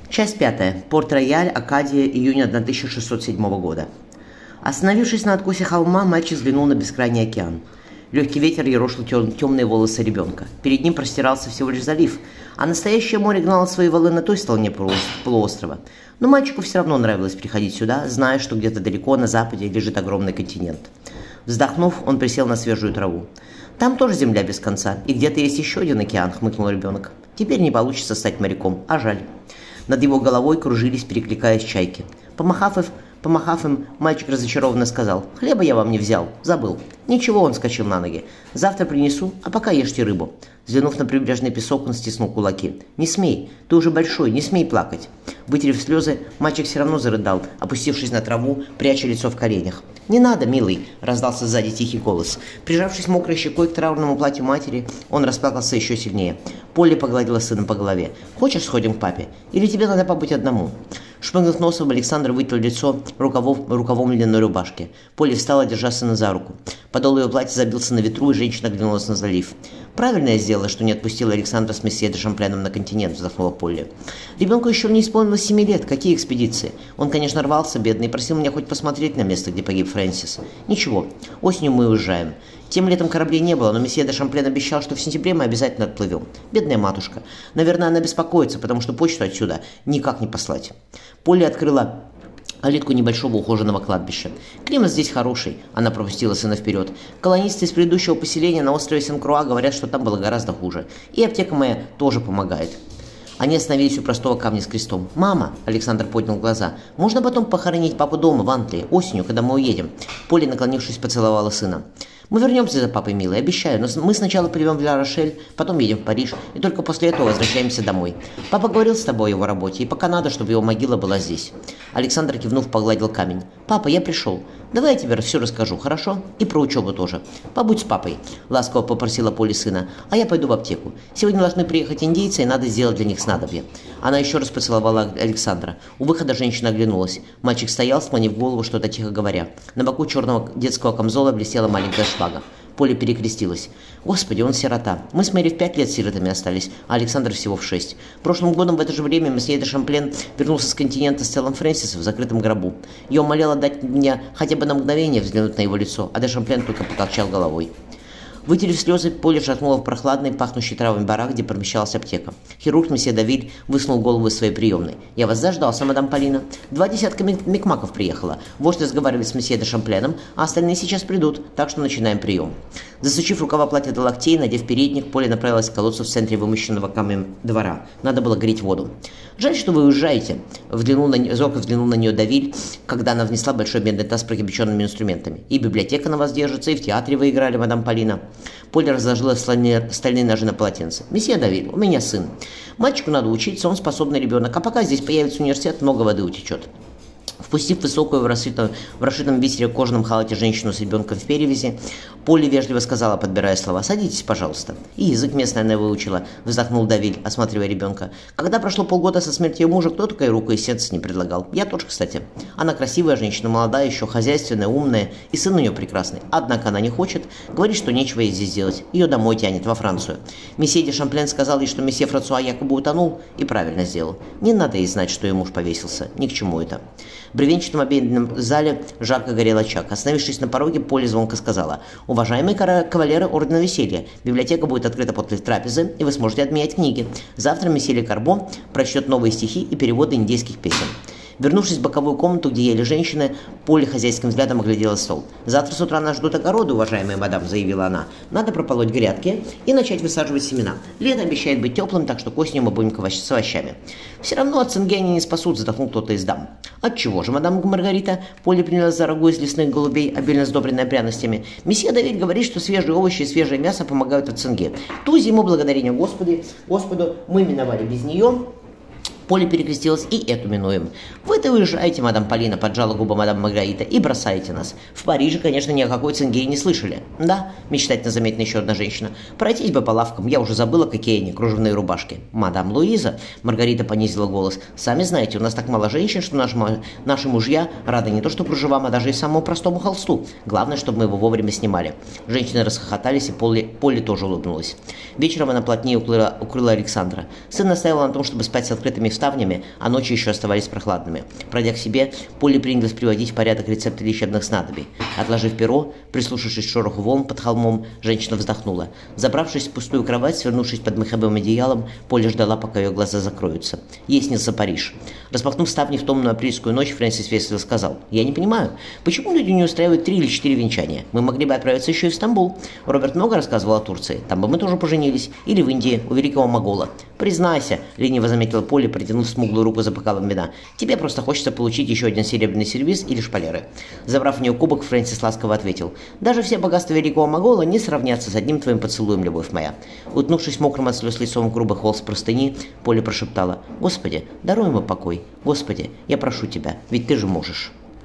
Часть 5. Порт-Рояль, Акадия, июнь 1607 года. Остановившись на откосе холма, мальчик взглянул на бескрайний океан. Легкий ветер ерошил темные волосы ребенка. Перед ним простирался всего лишь залив, а настоящее море гнало свои валы на той стороне полуострова. Но мальчику все равно нравилось приходить сюда, зная, что где-то далеко на западе лежит огромный континент. Вздохнув, он присел на свежую траву. «Там тоже земля без конца, и где-то есть еще один океан», — хмыкнул ребенок. «Теперь не получится стать моряком, а жаль». Над его головой кружились, перекликаясь чайки. Помахав им, мальчик разочарованно сказал: «Хлеба я вам не взял, забыл». «Ничего», — он вскочил на ноги. «Завтра принесу, а пока ешьте рыбу». Взглянув на прибрежный песок, он стиснул кулаки. «Не смей, ты уже большой, не смей плакать». Вытерев слезы, мальчик все равно зарыдал, опустившись на траву, пряча лицо в коленях. «Не надо, милый», — раздался сзади тихий голос. Прижавшись мокрой щекой к траурному платью матери, он расплакался еще сильнее. Полли погладила сына по голове. «Хочешь, сходим к папе? Или тебе надо побыть одному?» Шмыгнув носом, Александр вытер лицо рукавом льняной рубашки. Полли встала, держа сына за руку. Подол ее платья забился на ветру, и женщина оглянулась на залив. «Правильно я сделала, что не отпустила Александра с месье де Шампленом на континент», — вздохнула Полли. «Ребенку еще не исполнилось 7 лет. Какие экспедиции? Он, конечно, рвался, бедный, и просил меня хоть посмотреть на место, где погиб Фрэнсис. Ничего, осенью мы уезжаем. Тем летом кораблей не было, но месье де Шамплен обещал, что в сентябре мы обязательно отплывем. Бедная матушка. Наверное, она беспокоится, потому что почту отсюда никак не послать». Полли открыла калитку небольшого ухоженного кладбища. «Климат здесь хороший», — она пропустила сына вперед. «Колонисты из предыдущего поселения на острове Сен-Круа говорят, что там было гораздо хуже. И аптека моя тоже помогает». Они остановились у простого камня с крестом. «Мама!» — Александр поднял глаза. «Можно потом похоронить папу дома, в Антлии, осенью, когда мы уедем?» Полли, наклонившись, поцеловала сына. «Мы вернемся за папой, милый, обещаю, но мы сначала плывем в Ля-Рошель, потом едем в Париж, и только после этого возвращаемся домой. Папа говорил с тобой о его работе, и пока надо, чтобы его могила была здесь». Александр, кивнув, погладил камень. «Папа, я пришел. Давай я тебе все расскажу, хорошо? И про учебу тоже. Побудь с папой», — ласково попросила Полли сына. «А я пойду в аптеку. Сегодня должны приехать индейцы, и надо сделать для них снадобье». Она еще раз поцеловала Александра. У выхода женщина оглянулась. Мальчик стоял, склонив голову, что-то тихо говоря. На боку черного детского камзола блестела маленькая шпага. Полли перекрестилась. «Господи, он сирота. Мы с Мэри в 5 лет сиротами остались, а Александр всего в 6. Прошлым годом в это же время месье де Шамплен вернулся с континента с телом Фрэнсиса в закрытом гробу. Я умоляла дать мне хотя бы на мгновение взглянуть на его лицо, а де Шамплен только покачал головой». Вытерев слезы, Полли шагнула в прохладный, пахнущий травами барак, где помещалась аптека. Хирург месье Давиль высунул голову из своей приемной. «Я вас заждался, мадам Полина. 2 десятка микмаков приехало. Вождь разговаривает с месье де Шампленом, а остальные сейчас придут, так что начинаем прием». Засучив рукава платья до локтей, надев передник, Полли направилась к колодцу в центре вымощенного камнем двора. Надо было греть воду. «Жаль, что вы уезжаете», — зорко взглянул на нее Давиль, когда она внесла большой медный таз с прокипяченными инструментами. «И библиотека на вас держится, и в театре вы играли, мадам Полина». Полли разложила стальные ножи на полотенце. «Месье Давиль, у меня сын. Мальчику надо учиться, он способный ребенок, а пока здесь появится университет, много воды утечет». Впустив высокую в расшитом бисере кожаном халате женщину с ребенком в перевязи, Полли вежливо сказала, подбирая слова: «Садитесь, пожалуйста». «И язык местный она выучила», — вздохнул Давиль, осматривая ребенка. «Когда прошло полгода со смерти ее мужа, кто только и руку и сердце не предлагал. Я тоже, кстати. Она красивая женщина, молодая еще, хозяйственная, умная, и сын у нее прекрасный. Однако она не хочет, говорит, что нечего ей здесь делать. Ее домой тянет, во Францию. Месье де Шамплен сказал ей, что месье Франсуа якобы утонул, и правильно сделал. Не надо ей знать, что ее муж повесился. Ни к чему это». В бревенчатом обеденном зале жарко горел очаг. Остановившись на пороге, Полли звонко сказала: «Уважаемые кавалеры Ордена Веселья, библиотека будет открыта после трапезы, и вы сможете отменять книги. Завтра месье Ле Карбо прочтет новые стихи и переводы индейских песен». Вернувшись в боковую комнату, где ели женщины, Полли хозяйским взглядом оглядела стол. «Завтра с утра нас ждут огороды, уважаемая мадам», — заявила она. «Надо прополоть грядки и начать высаживать семена. Лето обещает быть теплым, так что к осени мы будем с овощами». «Все равно от цинги они не спасут», — вздохнул кто-то из дам. «Отчего же, мадам Маргарита?» — Полли принялась за рагу из лесных голубей, обильно сдобренной пряностями. «Месье Давид говорит, что свежие овощи и свежее мясо помогают от цинги. Ту зиму, благодарение Господу, мы миновали без нее». Полли перекрестилась: «И эту минуем». «Вы-то уезжаете, мадам Полина», — поджала губы мадам Маргарита, — «и бросаете нас. В Париже, конечно, ни о какой цинге не слышали». «Да», — мечтательно заметила еще одна женщина, — «пройтись бы по лавкам, я уже забыла, какие они, кружевные рубашки». «Мадам Луиза», — Маргарита понизила голос, — «сами знаете, у нас так мало женщин, что наши мужья рады не то что кружевам, а даже и самому простому холсту. Главное, чтобы мы его вовремя снимали». Женщины расхохотались, и Полли тоже улыбнулась. Вечером она плотнее укрыла Александра. Сын настаивал на том, чтобы спать с открытыми ставнями, а ночи еще оставались прохладными. Пройдя к себе, Полли принялась приводить в порядок рецепты лечебных снадобий. Отложив перо, прислушавшись к шороху волн под холмом, женщина вздохнула. Забравшись в пустую кровать, свернувшись под меховым одеялом, Полли ждала, пока ее глаза закроются. Ей снился Париж. Распахнув ставни в томную апрельскую ночь, Фрэнсис весело сказал: «Я не понимаю, почему люди не устраивают 3 или 4 венчания? Мы могли бы отправиться еще и в Стамбул. Роберт много рассказывал о Турции. Там бы мы тоже поженились. Или в Индии, у великого могола». «Признайся», — лениво заметила Полли, протянув смуглую руку за бокалом вина, «тебе просто хочется получить еще один серебряный сервиз или шпалеры». Забрав у нее кубок, Фрэнсис ласково ответил: «Даже все богатства великого могола не сравнятся с одним твоим поцелуем, любовь моя». Утнувшись мокрым от слез лицом в грубый холст простыни, Полли прошептала: «Господи, даруй ему покой. Господи, я прошу тебя, ведь ты же можешь».